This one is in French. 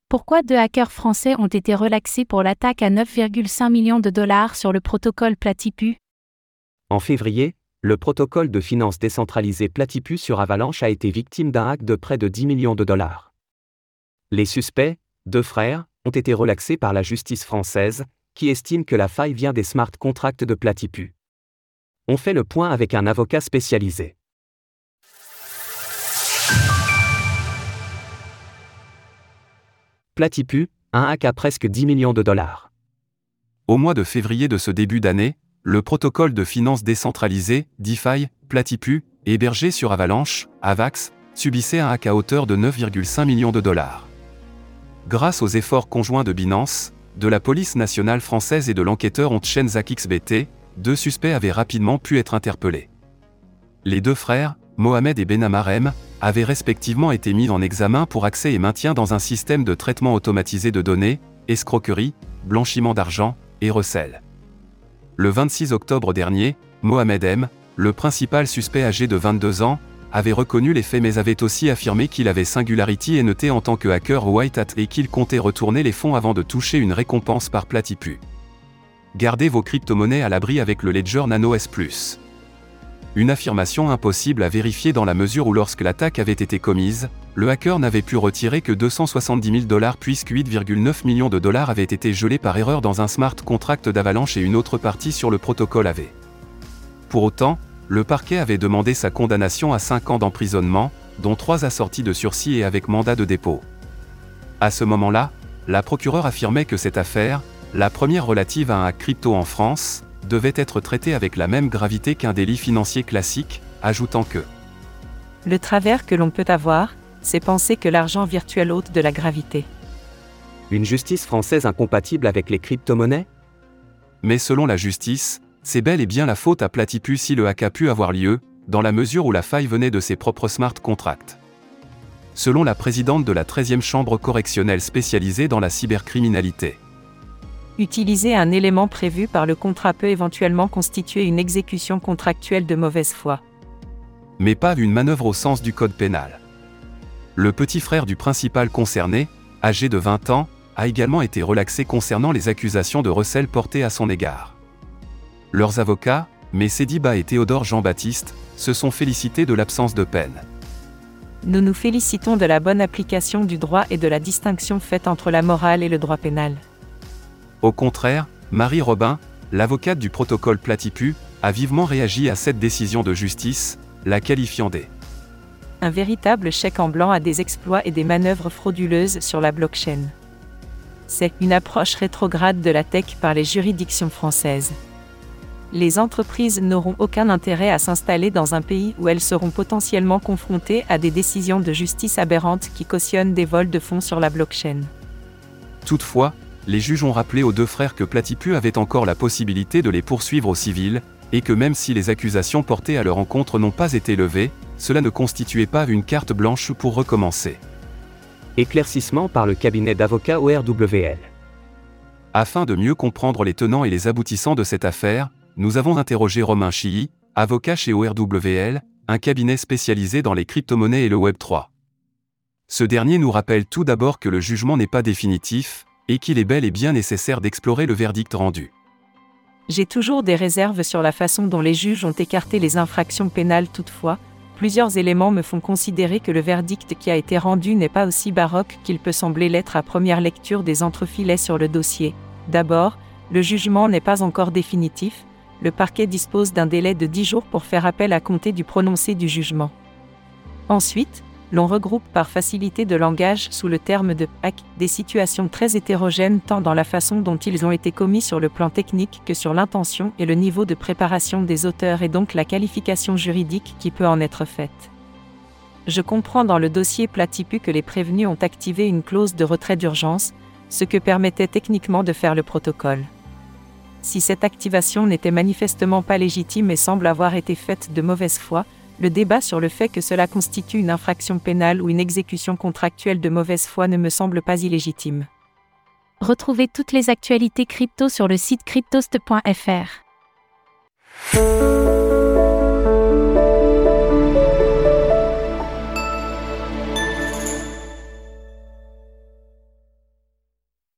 Pourquoi 2 hackers français ont été relaxés pour l'attaque à 9,5 millions de dollars sur le protocole Platypus? En février, le protocole de finance décentralisé Platypus sur Avalanche a été victime d'un hack de près de 10 millions de dollars. Les suspects, 2 frères, ont été relaxés par la justice française, qui estime que la faille vient des smart contracts de Platypus. On fait le point avec un avocat spécialisé. Platypus, un hack à presque 10 millions de dollars. Au mois de février de ce début d'année, le protocole de finance décentralisé, DeFi, Platypus, hébergé sur Avalanche, AVAX, subissait un hack à hauteur de 9,5 millions de dollars. Grâce aux efforts conjoints de Binance, de la police nationale française et de l'enquêteur on-chain ZachXBT, 2 suspects avaient rapidement pu être interpellés. Les 2 frères, Mohamed et Benamarem, avaient respectivement été mis en examen pour accès et maintien dans un système de traitement automatisé de données, escroquerie, blanchiment d'argent et recel. Le 26 octobre dernier, Mohamed M., le principal suspect âgé de 22 ans, avait reconnu les faits mais avait aussi affirmé qu'il avait Singularity et noté en tant que hacker White Hat et qu'il comptait retourner les fonds avant de toucher une récompense par Platypus. Gardez vos crypto-monnaies à l'abri avec le Ledger Nano S+. Une affirmation impossible à vérifier dans la mesure où lorsque l'attaque avait été commise, le hacker n'avait pu retirer que 270 000 dollars puisque 8,9 millions de dollars avaient été gelés par erreur dans un smart contract d'Avalanche et une autre partie sur le protocole AV. Pour autant, le parquet avait demandé sa condamnation à 5 ans d'emprisonnement, dont 3 assortis de sursis et avec mandat de dépôt. À ce moment-là, la procureure affirmait que cette affaire, la première relative à un hack crypto en France, devait être traitée avec la même gravité qu'un délit financier classique, ajoutant que le travers que l'on peut avoir, c'est penser que l'argent virtuel ôte de la gravité. Une justice française incompatible avec les crypto-monnaies? Mais selon la justice, c'est bel et bien la faute à Platypus si le hack a pu avoir lieu, dans la mesure où la faille venait de ses propres smart contracts. Selon la présidente de la 13e chambre correctionnelle spécialisée dans la cybercriminalité, utiliser un élément prévu par le contrat peut éventuellement constituer une exécution contractuelle de mauvaise foi. Mais pas une manœuvre au sens du code pénal. Le petit frère du principal concerné, âgé de 20 ans, a également été relaxé concernant les accusations de recel portées à son égard. Leurs avocats, Messé Diba et Théodore Jean-Baptiste, se sont félicités de l'absence de peine. Nous nous félicitons de la bonne application du droit et de la distinction faite entre la morale et le droit pénal. Au contraire, Marie Robin, l'avocate du protocole Platypus, a vivement réagi à cette décision de justice, la qualifiant un véritable chèque en blanc à des exploits et des manœuvres frauduleuses sur la blockchain. C'est une approche rétrograde de la tech par les juridictions françaises. Les entreprises n'auront aucun intérêt à s'installer dans un pays où elles seront potentiellement confrontées à des décisions de justice aberrantes qui cautionnent des vols de fonds sur la blockchain. Toutefois, les juges ont rappelé aux 2 frères que Platypus avait encore la possibilité de les poursuivre au civil, et que même si les accusations portées à leur encontre n'ont pas été levées, cela ne constituait pas une carte blanche pour recommencer. Éclaircissement par le cabinet d'avocats ORWL. Afin de mieux comprendre les tenants et les aboutissants de cette affaire, nous avons interrogé Romain Chilly, avocat chez ORWL, un cabinet spécialisé dans les crypto-monnaies et le Web3. Ce dernier nous rappelle tout d'abord que le jugement n'est pas définitif, et qu'il est bel et bien nécessaire d'explorer le verdict rendu. J'ai toujours des réserves sur la façon dont les juges ont écarté les infractions pénales toutefois, plusieurs éléments me font considérer que le verdict qui a été rendu n'est pas aussi baroque qu'il peut sembler l'être à première lecture des entrefilets sur le dossier. D'abord, le jugement n'est pas encore définitif, le parquet dispose d'un délai de 10 jours pour faire appel à compter du prononcé du jugement. Ensuite, l'on regroupe par facilité de langage sous le terme de hack des situations très hétérogènes tant dans la façon dont ils ont été commis sur le plan technique que sur l'intention et le niveau de préparation des auteurs et donc la qualification juridique qui peut en être faite. Je comprends dans le dossier Platypus que les prévenus ont activé une clause de retrait d'urgence, ce que permettait techniquement de faire le protocole. Si cette activation n'était manifestement pas légitime et semble avoir été faite de mauvaise foi, le débat sur le fait que cela constitue une infraction pénale ou une exécution contractuelle de mauvaise foi ne me semble pas illégitime. Retrouvez toutes les actualités crypto sur le site cryptost.fr.